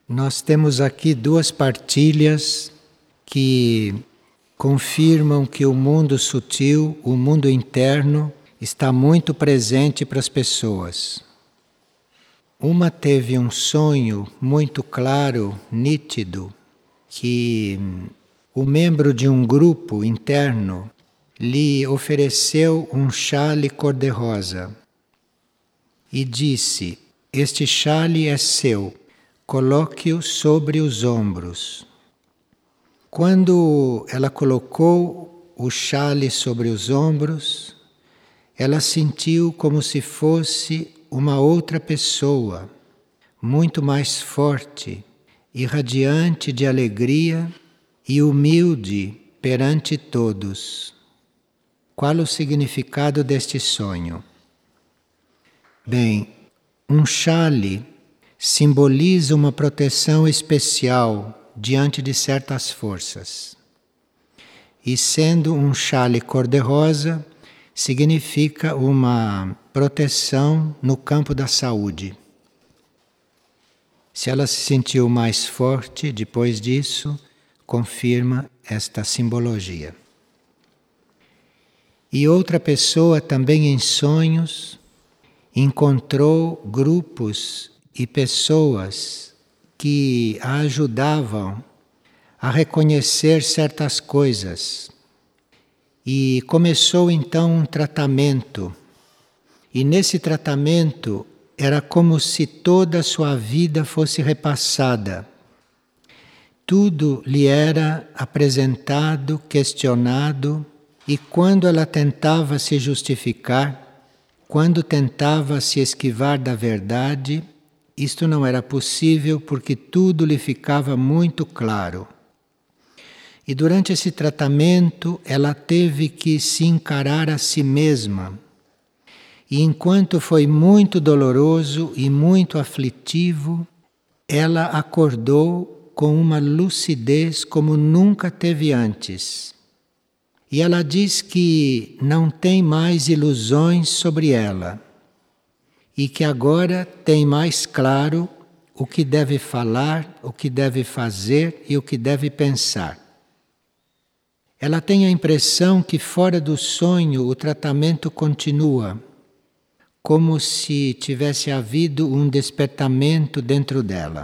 Nós temos aqui duas partilhas que confirmam que o mundo sutil, o mundo interno, está muito presente para as pessoas. Uma teve um sonho muito claro, nítido, que o membro de um grupo interno lhe ofereceu um chale cor-de-rosa e disse: "Este chale é seu, coloque-o sobre os ombros." Quando ela colocou o chale sobre os ombros, ela sentiu como se fosse uma outra pessoa, muito mais forte, irradiante de alegria e humilde perante todos. Qual o significado deste sonho? Bem, um chale simboliza uma proteção especial diante de certas forças. E sendo um chale cor-de-rosa, significa uma proteção no campo da saúde. Se ela se sentiu mais forte depois disso, confirma esta simbologia. E outra pessoa, também em sonhos, encontrou grupos e pessoas que a ajudavam a reconhecer certas coisas. E começou então um tratamento. E nesse tratamento era como se toda a sua vida fosse repassada. Tudo lhe era apresentado, questionado, e quando ela tentava se justificar, quando tentava se esquivar da verdade, isto não era possível porque tudo lhe ficava muito claro. E durante esse tratamento ela teve que se encarar a si mesma. E enquanto foi muito doloroso e muito aflitivo, ela acordou com uma lucidez como nunca teve antes. E ela diz que não tem mais ilusões sobre ela. E que agora tem mais claro o que deve falar, o que deve fazer e o que deve pensar. Ela tem a impressão que fora do sonho o tratamento continua, como se tivesse havido um despertamento dentro dela.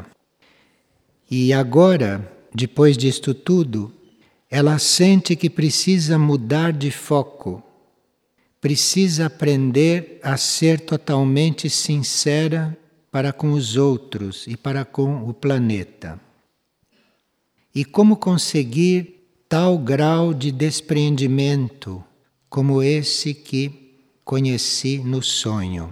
E agora, depois disto tudo, ela sente que precisa mudar de foco, precisa aprender a ser totalmente sincera para com os outros e para com o planeta. E como conseguir tal grau de despreendimento como esse que conheci no sonho?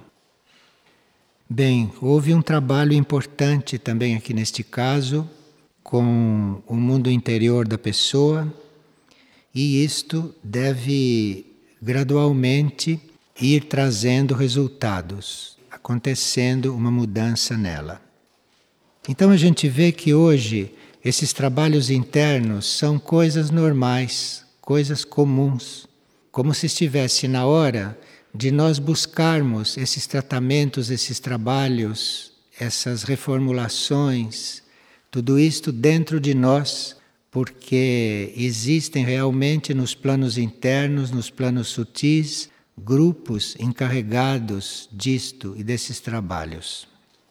Bem, houve um trabalho importante também aqui neste caso com o mundo interior da pessoa, e isto deve gradualmente ir trazendo resultados, acontecendo uma mudança nela. Então a gente vê que hoje esses trabalhos internos são coisas normais, coisas comuns, como se estivesse na hora de nós buscarmos esses tratamentos, esses trabalhos, essas reformulações, tudo isto dentro de nós, porque existem realmente nos planos internos, nos planos sutis, grupos encarregados disto e desses trabalhos.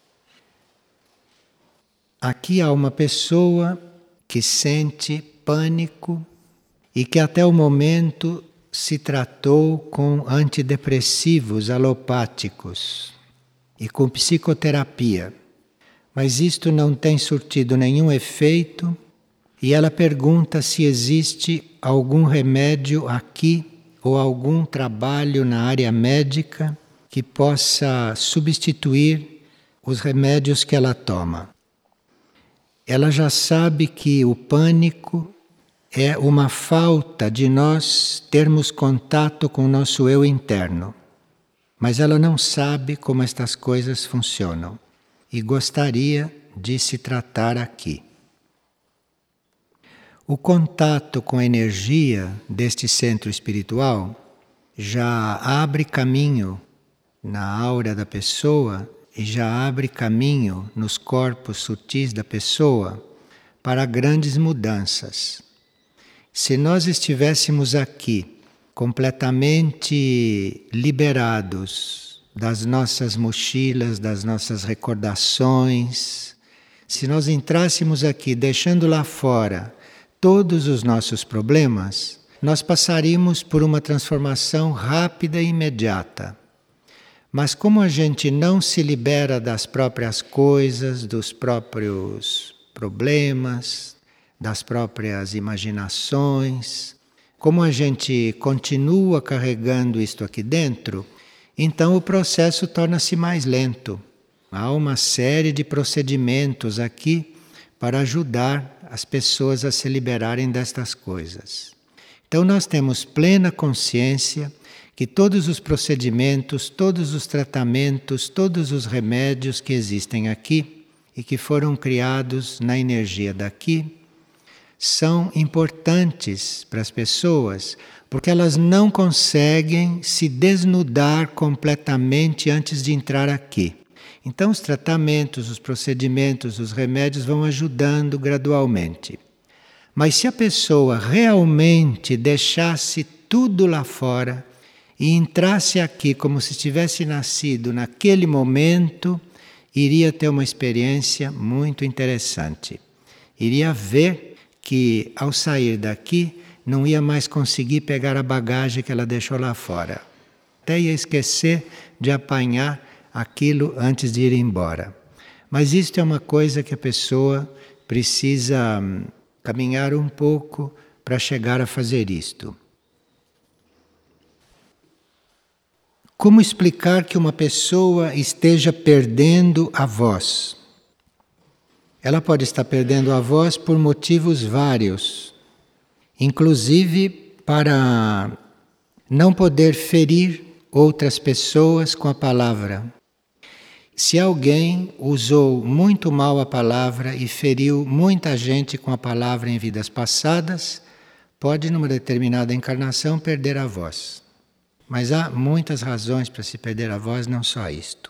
Aqui há uma pessoa que sente pânico e que até o momento se tratou com antidepressivos alopáticos e com psicoterapia. Mas isto não tem surtido nenhum efeito e ela pergunta se existe algum remédio aqui ou algum trabalho na área médica que possa substituir os remédios que ela toma. Ela já sabe que o pânico é uma falta de nós termos contato com o nosso eu interno. Mas ela não sabe como estas coisas funcionam e gostaria de se tratar aqui. O contato com a energia deste centro espiritual já abre caminho na aura da pessoa e já abre caminho nos corpos sutis da pessoa para grandes mudanças. Se nós estivéssemos aqui completamente liberados das nossas mochilas, das nossas recordações, se nós entrássemos aqui deixando lá fora todos os nossos problemas, nós passaríamos por uma transformação rápida e imediata. Mas como a gente não se libera das próprias coisas, dos próprios problemas, das próprias imaginações, como a gente continua carregando isto aqui dentro, então o processo torna-se mais lento. Há uma série de procedimentos aqui para ajudar as pessoas a se liberarem destas coisas. Então nós temos plena consciência que todos os procedimentos, todos os tratamentos, todos os remédios que existem aqui e que foram criados na energia daqui, são importantes para as pessoas, porque elas não conseguem se desnudar completamente antes de entrar aqui. Então os tratamentos, os procedimentos, os remédios vão ajudando gradualmente. Mas se a pessoa realmente deixasse tudo lá fora e entrasse aqui como se tivesse nascido naquele momento, iria ter uma experiência muito interessante. Iria ver que ao sair daqui não ia mais conseguir pegar a bagagem que ela deixou lá fora. Até ia esquecer de apanhar aquilo antes de ir embora. Mas isto é uma coisa que a pessoa precisa caminhar um pouco para chegar a fazer isto. Como explicar que uma pessoa esteja perdendo a voz? Ela pode estar perdendo a voz por motivos vários, inclusive para não poder ferir outras pessoas com a palavra. Se alguém usou muito mal a palavra e feriu muita gente com a palavra em vidas passadas, pode, numa determinada encarnação, perder a voz. Mas há muitas razões para se perder a voz, não só isto.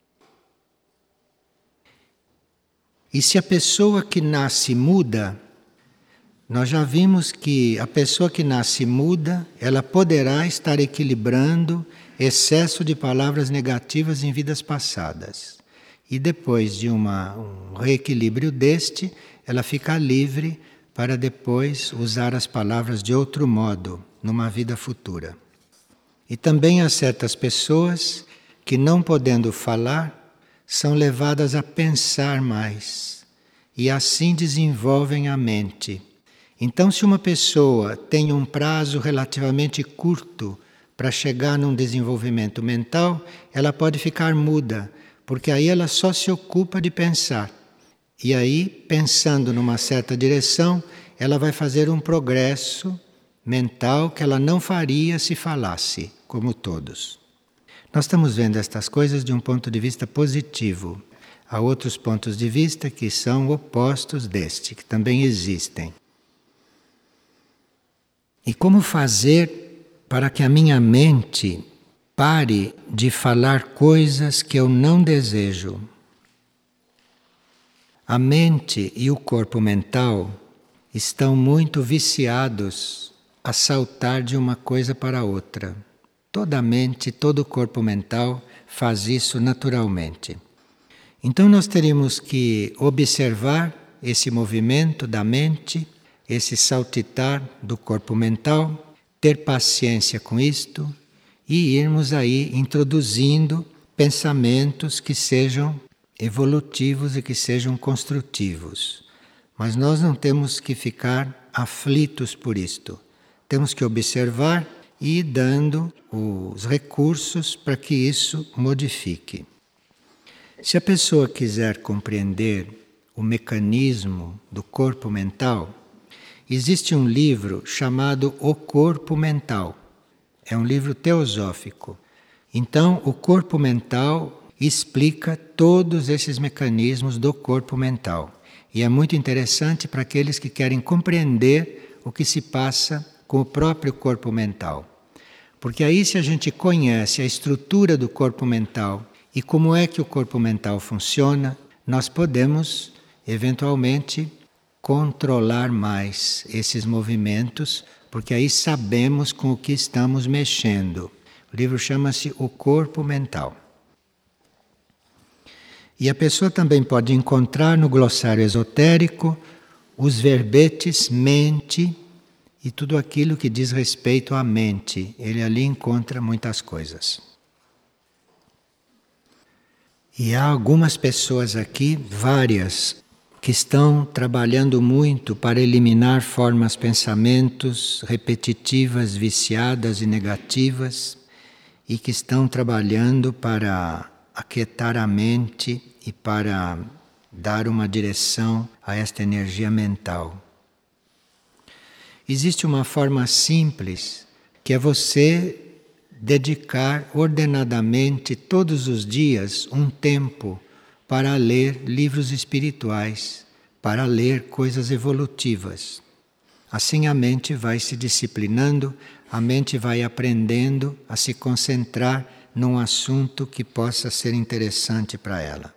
E se a pessoa que nasce muda, nós já vimos que a pessoa que nasce muda, ela poderá estar equilibrando excesso de palavras negativas em vidas passadas. E depois de um reequilíbrio deste, ela fica livre para depois usar as palavras de outro modo, numa vida futura. E também há certas pessoas que, não podendo falar, são levadas a pensar mais. E assim desenvolvem a mente. Então, se uma pessoa tem um prazo relativamente curto para chegar num desenvolvimento mental, ela pode ficar muda, porque aí ela só se ocupa de pensar. E aí, pensando numa certa direção, ela vai fazer um progresso mental que ela não faria se falasse, como todos. Nós estamos vendo estas coisas de um ponto de vista positivo. Há outros pontos de vista que são opostos deste, que também existem. E como fazer para que a minha mente pare de falar coisas que eu não desejo? A mente e o corpo mental estão muito viciados a saltar de uma coisa para outra. Toda a mente, todo o corpo mental faz isso naturalmente. Então nós teríamos que observar esse movimento da mente, esse saltitar do corpo mental, ter paciência com isto e irmos aí introduzindo pensamentos que sejam evolutivos e que sejam construtivos. Mas nós não temos que ficar aflitos por isto. Temos que observar e ir dando os recursos para que isso modifique. Se a pessoa quiser compreender o mecanismo do corpo mental, existe um livro chamado O Corpo Mental. É um livro teosófico. Então, o corpo mental explica todos esses mecanismos do corpo mental. E é muito interessante para aqueles que querem compreender o que se passa com o próprio corpo mental. Porque aí, se a gente conhece a estrutura do corpo mental E como é que o corpo mental funciona? Nós podemos, eventualmente, controlar mais esses movimentos, porque aí sabemos com o que estamos mexendo. O livro chama-se O Corpo Mental. E a pessoa também pode encontrar no glossário esotérico os verbetes mente e tudo aquilo que diz respeito à mente. Ele ali encontra muitas coisas. E há algumas pessoas aqui, várias, que estão trabalhando muito para eliminar formas, pensamentos repetitivas, viciadas e negativas, e que estão trabalhando para aquietar a mente e para dar uma direção a esta energia mental. Existe uma forma simples, que é você dedicar ordenadamente todos os dias um tempo para ler livros espirituais, para ler coisas evolutivas. Assim a mente vai se disciplinando, a mente vai aprendendo a se concentrar num assunto que possa ser interessante para ela.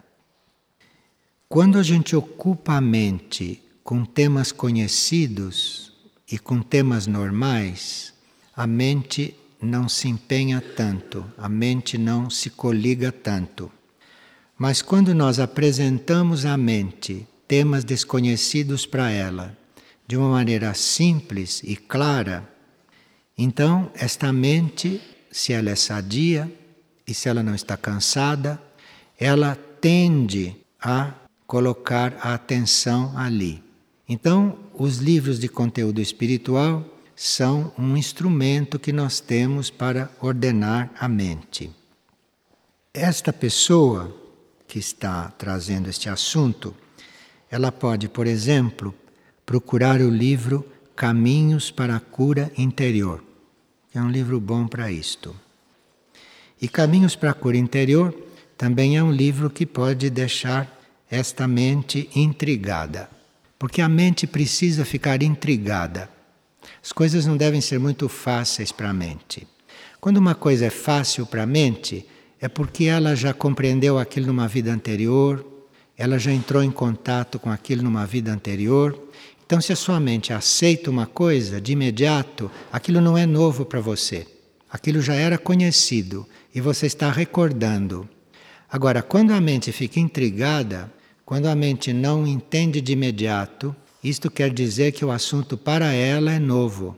Quando a gente ocupa a mente com temas conhecidos e com temas normais, a mente não se empenha tanto, a mente não se coliga tanto. Mas quando nós apresentamos à mente temas desconhecidos para ela, de uma maneira simples e clara, então esta mente, se ela é sadia e se ela não está cansada, ela tende a colocar a atenção ali. Então, os livros de conteúdo espiritual são um instrumento que nós temos para ordenar a mente. Esta pessoa que está trazendo este assunto, ela pode, por exemplo, procurar o livro Caminhos para a Cura Interior, que é um livro bom para isto. E Caminhos para a Cura Interior também é um livro que pode deixar esta mente intrigada, porque a mente precisa ficar intrigada. As coisas não devem ser muito fáceis para a mente. Quando uma coisa é fácil para a mente, é porque ela já compreendeu aquilo numa vida anterior, ela já entrou em contato com aquilo numa vida anterior. Então, se a sua mente aceita uma coisa, de imediato, aquilo não é novo para você. Aquilo já era conhecido e você está recordando. Agora, quando a mente fica intrigada, quando a mente não entende de imediato, isto quer dizer que o assunto para ela é novo.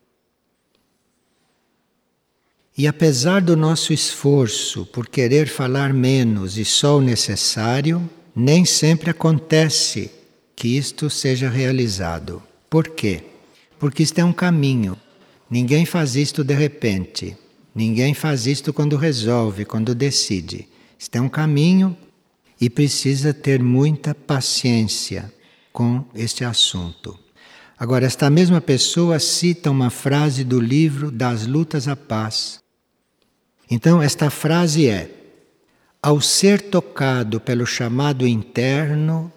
E apesar do nosso esforço por querer falar menos e só o necessário, nem sempre acontece que isto seja realizado. Por quê? Porque isto é um caminho. Ninguém faz isto de repente. Ninguém faz isto quando resolve, quando decide. Isto é um caminho e precisa ter muita paciência com este assunto. Agora, esta mesma pessoa cita uma frase do livro Das Lutas à Paz. Então, esta frase é: ao ser tocado pelo chamado interno,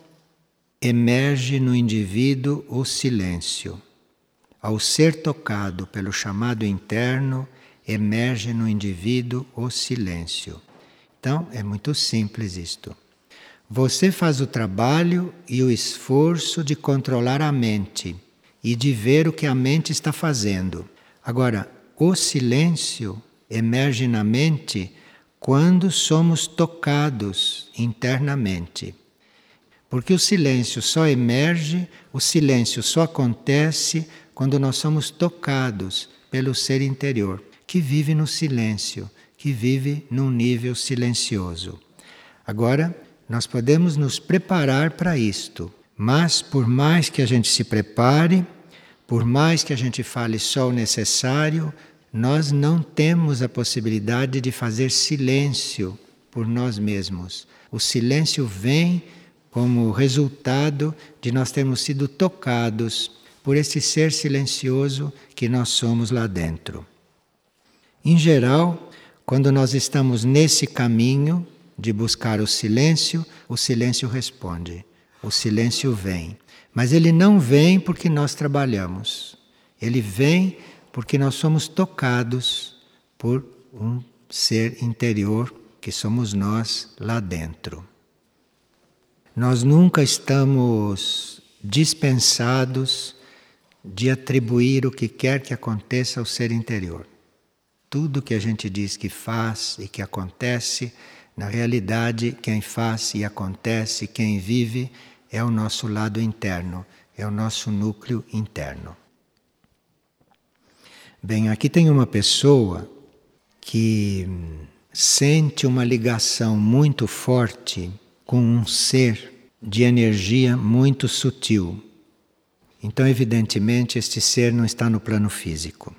emerge no indivíduo o silêncio. Ao ser tocado pelo chamado interno, emerge no indivíduo o silêncio. Então, é muito simples isto. Você faz o trabalho e o esforço de controlar a mente e de ver o que a mente está fazendo. Agora, o silêncio emerge na mente quando somos tocados internamente. Porque o silêncio só emerge, o silêncio só acontece quando nós somos tocados pelo ser interior, que vive no silêncio, que vive num nível silencioso. Agora, nós podemos nos preparar para isto, mas por mais que a gente se prepare, por mais que a gente fale só o necessário, nós não temos a possibilidade de fazer silêncio por nós mesmos. O silêncio vem como resultado de nós termos sido tocados por esse ser silencioso que nós somos lá dentro. Em geral, quando nós estamos nesse caminho de buscar o silêncio responde, o silêncio vem. Mas ele não vem porque nós trabalhamos, ele vem porque nós somos tocados por um ser interior que somos nós lá dentro. Nós nunca estamos dispensados de atribuir o que quer que aconteça ao ser interior. Tudo que a gente diz que faz e que acontece, na realidade, quem faz e acontece, quem vive, é o nosso lado interno, é o nosso núcleo interno. Bem, aqui tem uma pessoa que sente uma ligação muito forte com um ser de energia muito sutil. Então, evidentemente, este ser não está no plano físico.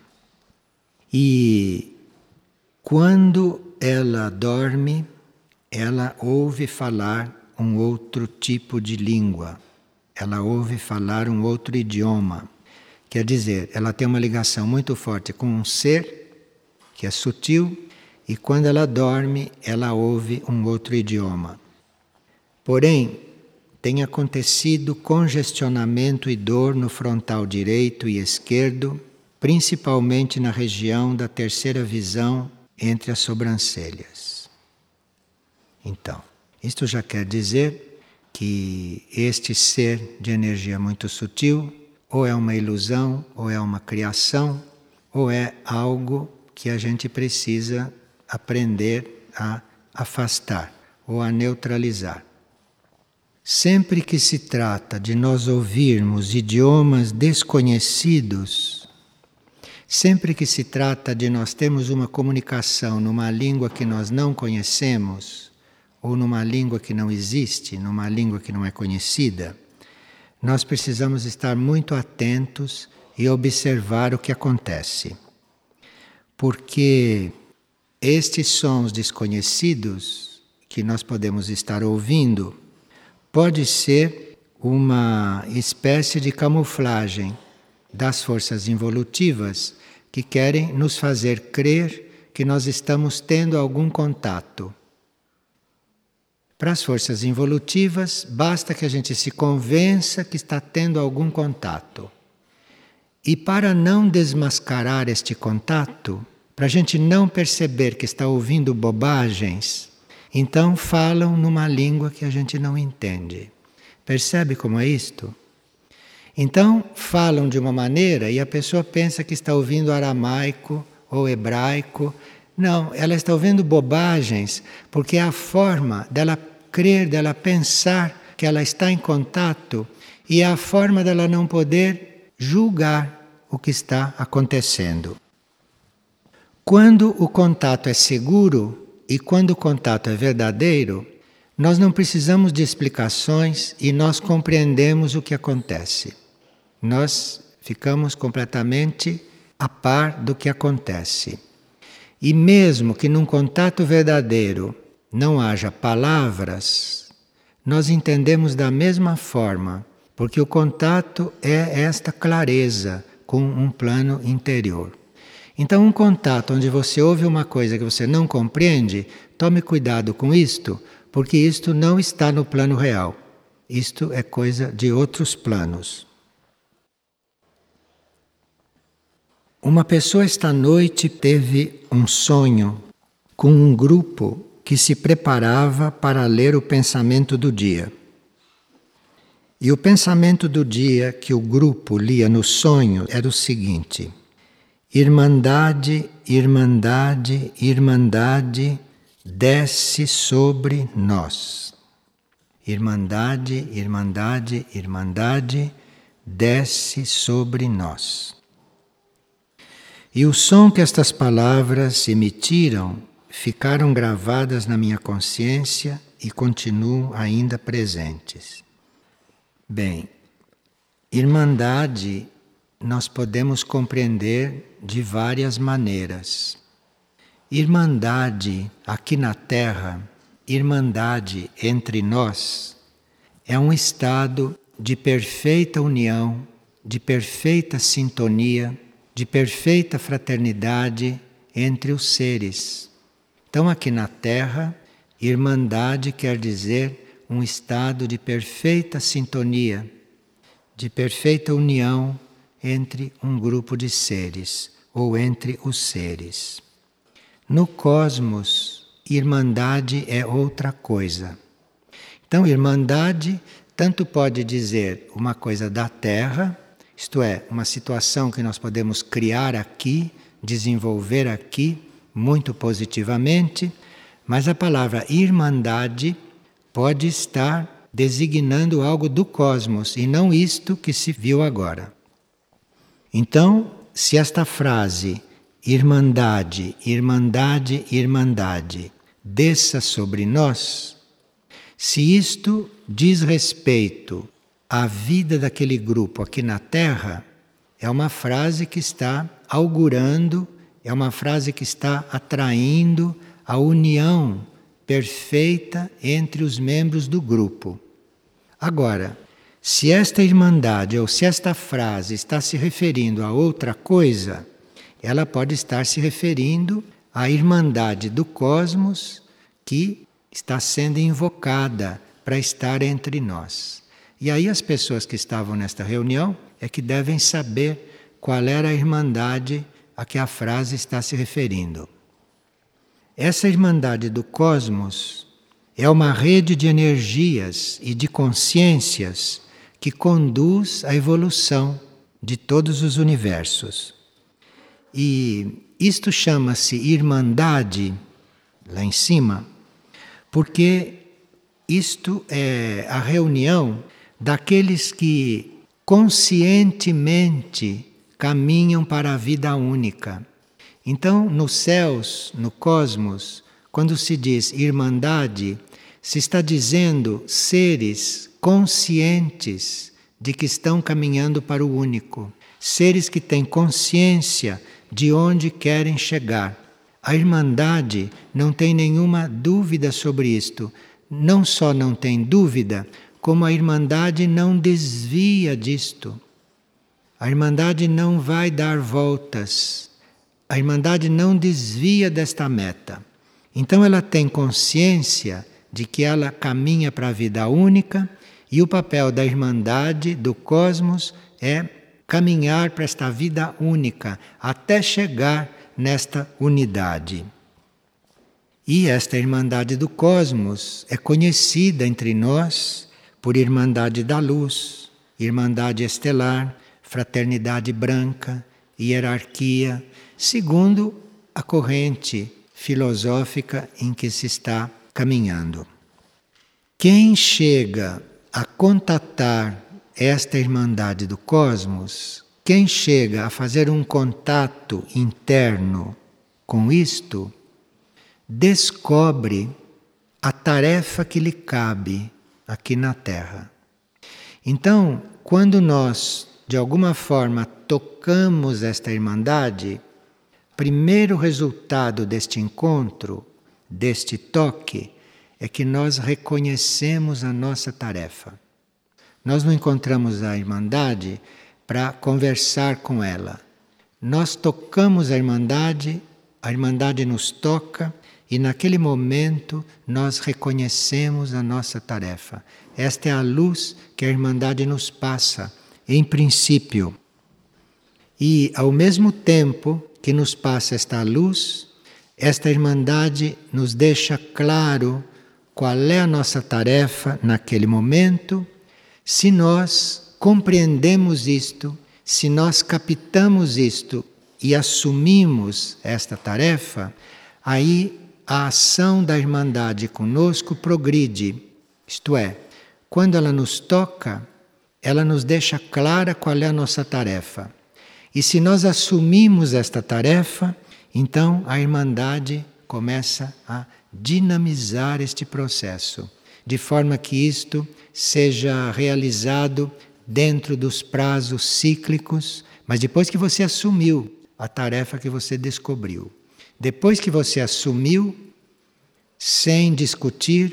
E quando ela dorme, ela ouve falar um outro tipo de língua. Ela ouve falar um outro idioma. Quer dizer, ela tem uma ligação muito forte com um ser que é sutil, e quando ela dorme, ela ouve um outro idioma. Porém, tem acontecido congestionamento e dor no frontal direito e esquerdo, principalmente na região da terceira visão entre as sobrancelhas. Então, isto já quer dizer que este ser de energia muito sutil ou é uma ilusão, ou é uma criação, ou é algo que a gente precisa aprender a afastar ou a neutralizar. Sempre que se trata de nós ouvirmos idiomas desconhecidos, sempre que se trata de nós termos uma comunicação numa língua que nós não conhecemos, ou numa língua que não existe, numa língua que não é conhecida, nós precisamos estar muito atentos e observar o que acontece. Porque estes sons desconhecidos que nós podemos estar ouvindo pode ser uma espécie de camuflagem das forças involutivas que querem nos fazer crer que nós estamos tendo algum contato. Para as forças involutivas, basta que a gente se convença que está tendo algum contato. E para não desmascarar este contato, para a gente não perceber que está ouvindo bobagens, então falam numa língua que a gente não entende. Percebe como é isto? Então falam de uma maneira e a pessoa pensa que está ouvindo aramaico ou hebraico. Não, ela está ouvindo bobagens, porque é a forma dela crer, dela pensar que ela está em contato, e é a forma dela não poder julgar o que está acontecendo. Quando o contato é seguro e quando o contato é verdadeiro, nós não precisamos de explicações e nós compreendemos o que acontece. Nós ficamos completamente a par do que acontece. E mesmo que num contato verdadeiro não haja palavras, nós entendemos da mesma forma, porque o contato é esta clareza com um plano interior. Então, um contato onde você ouve uma coisa que você não compreende, tome cuidado com isto, porque isto não está no plano real. Isto é coisa de outros planos. Uma pessoa esta noite teve um sonho com um grupo que se preparava para ler o pensamento do dia. E o pensamento do dia que o grupo lia no sonho era o seguinte: Irmandade, Irmandade, Irmandade, desce sobre nós. Irmandade, Irmandade, Irmandade, desce sobre nós. E o som que estas palavras emitiram ficaram gravadas na minha consciência e continuam ainda presentes. Bem, Irmandade nós podemos compreender de várias maneiras. Irmandade aqui na Terra, irmandade entre nós, é um estado de perfeita união, de perfeita sintonia, de perfeita fraternidade entre os seres. Então, aqui na Terra, irmandade quer dizer um estado de perfeita sintonia, de perfeita união entre um grupo de seres, ou entre os seres. No cosmos, irmandade é outra coisa. Então, irmandade tanto pode dizer uma coisa da Terra, isto é, uma situação que nós podemos criar aqui, desenvolver aqui, muito positivamente, mas a palavra irmandade pode estar designando algo do cosmos e não isto que se viu agora. Então, se esta frase, irmandade, irmandade, irmandade, desça sobre nós, se isto diz respeito à vida daquele grupo aqui na Terra, é uma frase que está augurando, é uma frase que está atraindo a união perfeita entre os membros do grupo. Agora, se esta irmandade ou se esta frase está se referindo a outra coisa, ela pode estar se referindo à irmandade do cosmos que está sendo invocada para estar entre nós. E aí as pessoas que estavam nesta reunião é que devem saber qual era a irmandade a que a frase está se referindo. Essa irmandade do cosmos é uma rede de energias e de consciências que conduz à evolução de todos os universos. E isto chama-se irmandade, lá em cima, porque isto é a reunião daqueles que conscientemente caminham para a vida única. Então, nos céus, no cosmos, quando se diz irmandade, se está dizendo seres conscientes de que estão caminhando para o único, seres que têm consciência de onde querem chegar. A irmandade não tem nenhuma dúvida sobre isto. Não só não tem dúvida, como a irmandade não desvia disto. A irmandade não vai dar voltas. A irmandade não desvia desta meta. Então ela tem consciência de que ela caminha para a vida única e o papel da irmandade, do cosmos, é caminhar para esta vida única, até chegar nesta unidade. E esta Irmandade do Cosmos é conhecida entre nós por Irmandade da Luz, Irmandade Estelar, Fraternidade Branca, Hierarquia, segundo a corrente filosófica em que se está caminhando. Quem chega a contatar esta Irmandade do Cosmos, quem chega a fazer um contato interno com isto, descobre a tarefa que lhe cabe aqui na Terra. Então, quando nós, de alguma forma, tocamos esta Irmandade, primeiro resultado deste encontro, deste toque, é que nós reconhecemos a nossa tarefa. Nós não encontramos a Irmandade para conversar com ela. Nós tocamos a Irmandade nos toca e naquele momento nós reconhecemos a nossa tarefa. Esta é a luz que a Irmandade nos passa, em princípio. E ao mesmo tempo que nos passa esta luz, esta Irmandade nos deixa claro qual é a nossa tarefa naquele momento. Se nós compreendemos isto, se nós captamos isto e assumimos esta tarefa, aí a ação da Irmandade conosco progride. Isto é, quando ela nos toca, ela nos deixa clara qual é a nossa tarefa. E se nós assumimos esta tarefa, então a Irmandade começa a dinamizar este processo, de forma que isto seja realizado dentro dos prazos cíclicos, mas depois que você assumiu a tarefa que você descobriu. Depois que você assumiu, sem discutir,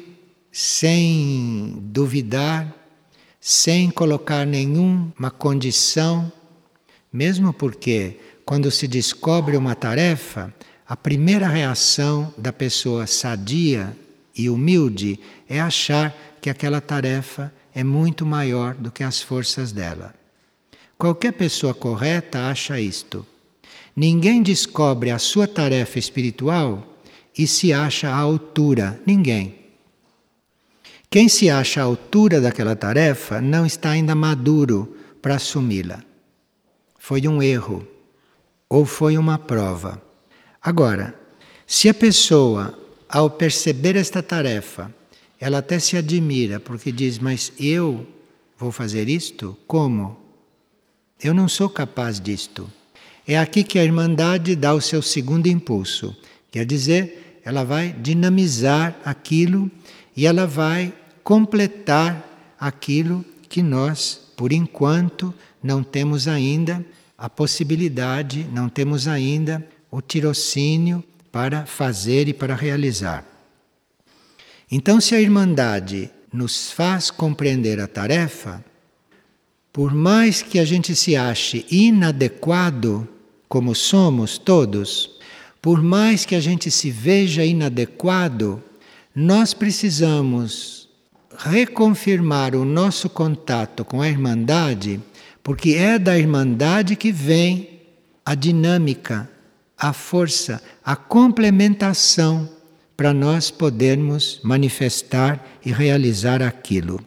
sem duvidar, sem colocar nenhuma condição, mesmo porque quando se descobre uma tarefa, a primeira reação da pessoa sadia e humilde é achar que aquela tarefa é muito maior do que as forças dela. Qualquer pessoa correta acha isto. Ninguém descobre a sua tarefa espiritual e se acha à altura? Ninguém. Quem se acha à altura daquela tarefa não está ainda maduro para assumi-la. Foi um erro ou foi uma prova. Agora, se a pessoa, ao perceber esta tarefa, ela até se admira porque diz, mas eu vou fazer isto? Como? Eu não sou capaz disto. É aqui que a Irmandade dá o seu segundo impulso. Quer dizer, ela vai dinamizar aquilo e ela vai completar aquilo que nós, por enquanto, não temos ainda a possibilidade, não temos ainda o tirocínio para fazer e para realizar. Então, se a Irmandade nos faz compreender a tarefa, por mais que a gente se ache inadequado, como somos todos, por mais que a gente se veja inadequado, nós precisamos reconfirmar o nosso contato com a Irmandade, porque é da Irmandade que vem a dinâmica, a força, a complementação para nós podermos manifestar e realizar aquilo.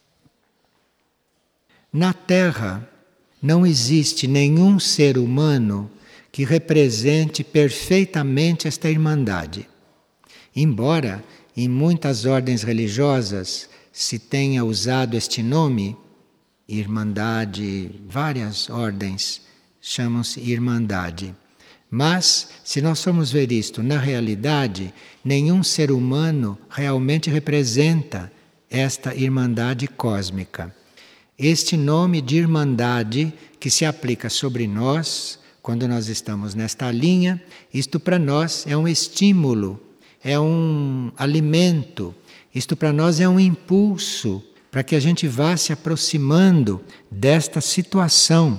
Na Terra não existe nenhum ser humano que represente perfeitamente esta Irmandade. Embora em muitas ordens religiosas se tenha usado este nome, Irmandade, várias ordens chamam-se Irmandade. Mas, se nós formos ver isto na realidade, nenhum ser humano realmente representa esta Irmandade cósmica. Este nome de Irmandade que se aplica sobre nós, quando nós estamos nesta linha, isto para nós é um estímulo, é um alimento, isto para nós é um impulso para que a gente vá se aproximando desta situação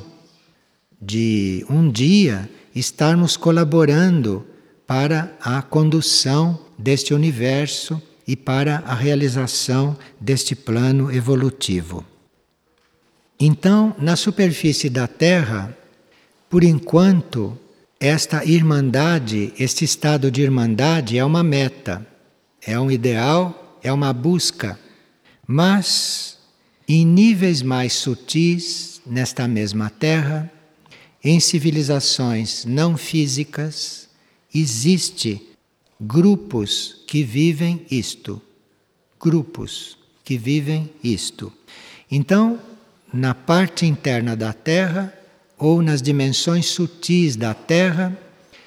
de um dia estarmos colaborando para a condução deste universo e para a realização deste plano evolutivo. Então, na superfície da Terra, por enquanto, esta irmandade, este estado de irmandade é uma meta, é um ideal, é uma busca. Mas, em níveis mais sutis, nesta mesma Terra, em civilizações não físicas, existe grupos que vivem isto. Grupos que vivem isto. Então, na parte interna da Terra, ou nas dimensões sutis da Terra,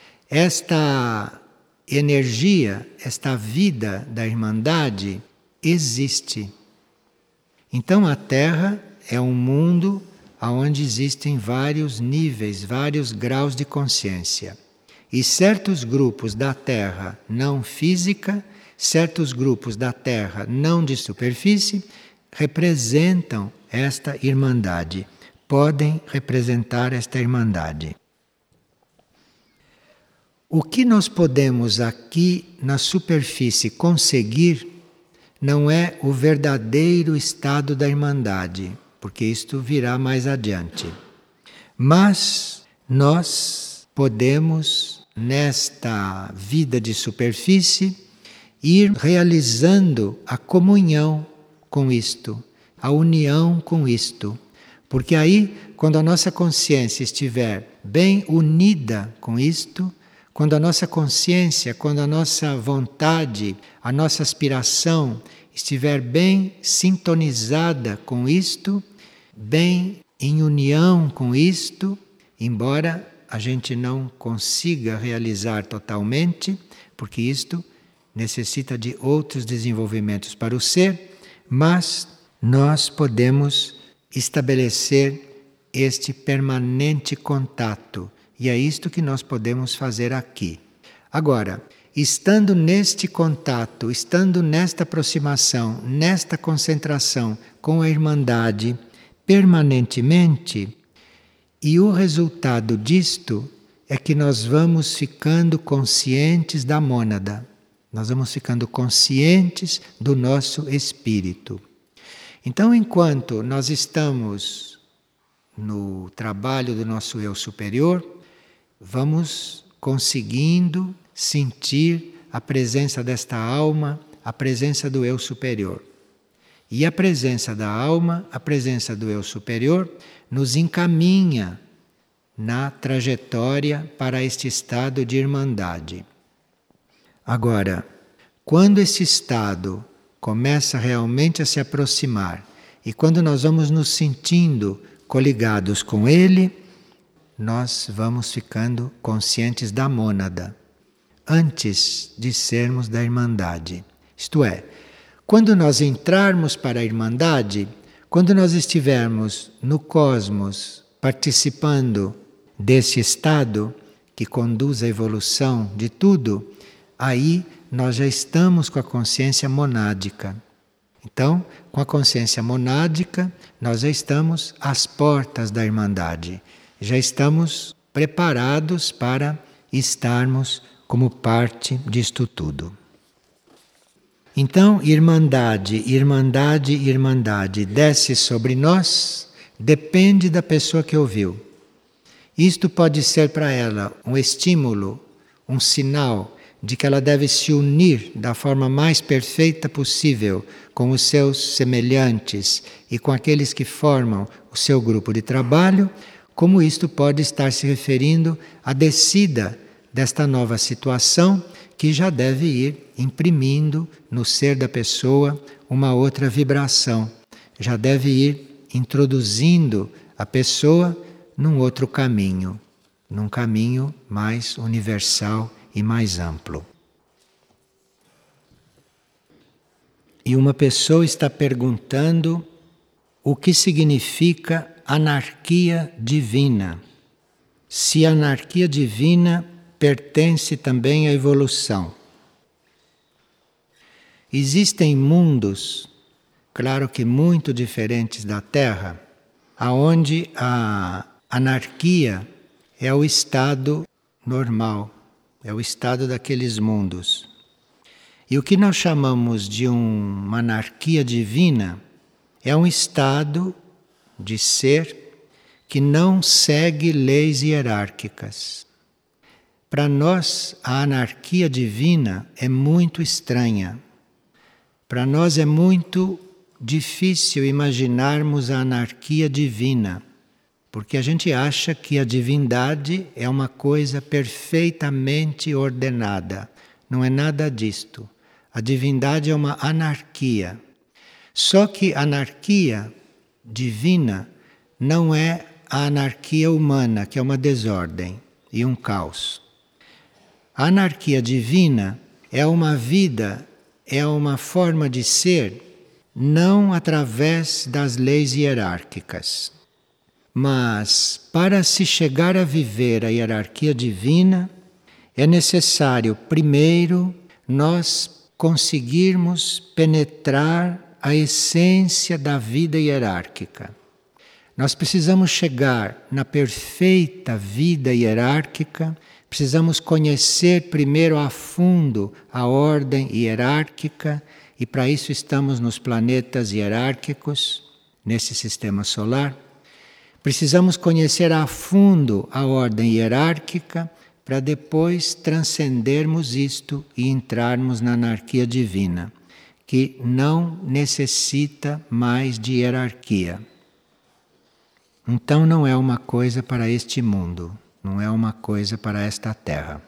esta energia, esta vida da Irmandade existe. Então a Terra é um mundo onde existem vários níveis, vários graus de consciência. E certos grupos da Terra não física, certos grupos da Terra não de superfície, representam esta Irmandade. Podem representar esta Irmandade. O que nós podemos aqui na superfície conseguir não é o verdadeiro estado da Irmandade, porque isto virá mais adiante. Mas nós podemos, nesta vida de superfície, ir realizando a comunhão com isto, a união com isto. Porque aí, quando a nossa consciência estiver bem unida com isto, quando a nossa consciência, quando a nossa vontade, a nossa aspiração estiver bem sintonizada com isto, bem em união com isto, embora a gente não consiga realizar totalmente, porque isto necessita de outros desenvolvimentos para o ser, mas nós podemos estabelecer este permanente contato. E é isto que nós podemos fazer aqui. Agora, estando neste contato, estando nesta aproximação, nesta concentração com a Irmandade permanentemente, e o resultado disto é que nós vamos ficando conscientes da mônada. Nós vamos ficando conscientes do nosso espírito. Então, enquanto nós estamos no trabalho do nosso eu superior, vamos conseguindo sentir a presença desta alma, a presença do eu superior. E a presença da alma, a presença do eu superior, nos encaminha na trajetória para este estado de irmandade. Agora, quando esse estado começa realmente a se aproximar e quando nós vamos nos sentindo coligados com ele, nós vamos ficando conscientes da mônada, antes de sermos da irmandade. Isto é, quando nós entrarmos para a irmandade, quando nós estivermos no cosmos participando desse estado que conduz à evolução de tudo, aí nós já estamos com a consciência monádica. Então, com a consciência monádica, nós já estamos às portas da irmandade. Já estamos preparados para estarmos como parte disto tudo. Então, irmandade, irmandade, irmandade desce sobre nós, depende da pessoa que ouviu. Isto pode ser para ela um estímulo, um sinal de que ela deve se unir da forma mais perfeita possível com os seus semelhantes e com aqueles que formam o seu grupo de trabalho, como isto pode estar se referindo à descida desta nova situação que já deve ir imprimindo no ser da pessoa uma outra vibração, já deve ir introduzindo a pessoa num outro caminho, num caminho mais universal e mais amplo. E uma pessoa está perguntando o que significa anarquia divina. Se a anarquia divina pertence também à evolução. Existem mundos, claro que muito diferentes da Terra, aonde a anarquia é o estado normal, é o estado daqueles mundos. E o que nós chamamos de uma anarquia divina é um estado de ser que não segue leis hierárquicas. Para nós, a anarquia divina é muito estranha. Para nós é muito difícil imaginarmos a anarquia divina, porque a gente acha que a divindade é uma coisa perfeitamente ordenada. Não é nada disto. A divindade é uma anarquia. Só que a anarquia divina não é a anarquia humana, que é uma desordem e um caos. A anarquia divina é uma vida, é uma forma de ser, não através das leis hierárquicas. Mas, para se chegar a viver a hierarquia divina, é necessário, primeiro, nós conseguirmos penetrar a essência da vida hierárquica. Nós precisamos chegar na perfeita vida hierárquica, precisamos conhecer primeiro a fundo a ordem hierárquica, e para isso estamos nos planetas hierárquicos, nesse sistema solar. Precisamos conhecer a fundo a ordem hierárquica para depois transcendermos isto e entrarmos na anarquia divina, que não necessita mais de hierarquia. Então não é uma coisa para este mundo, não é uma coisa para esta terra.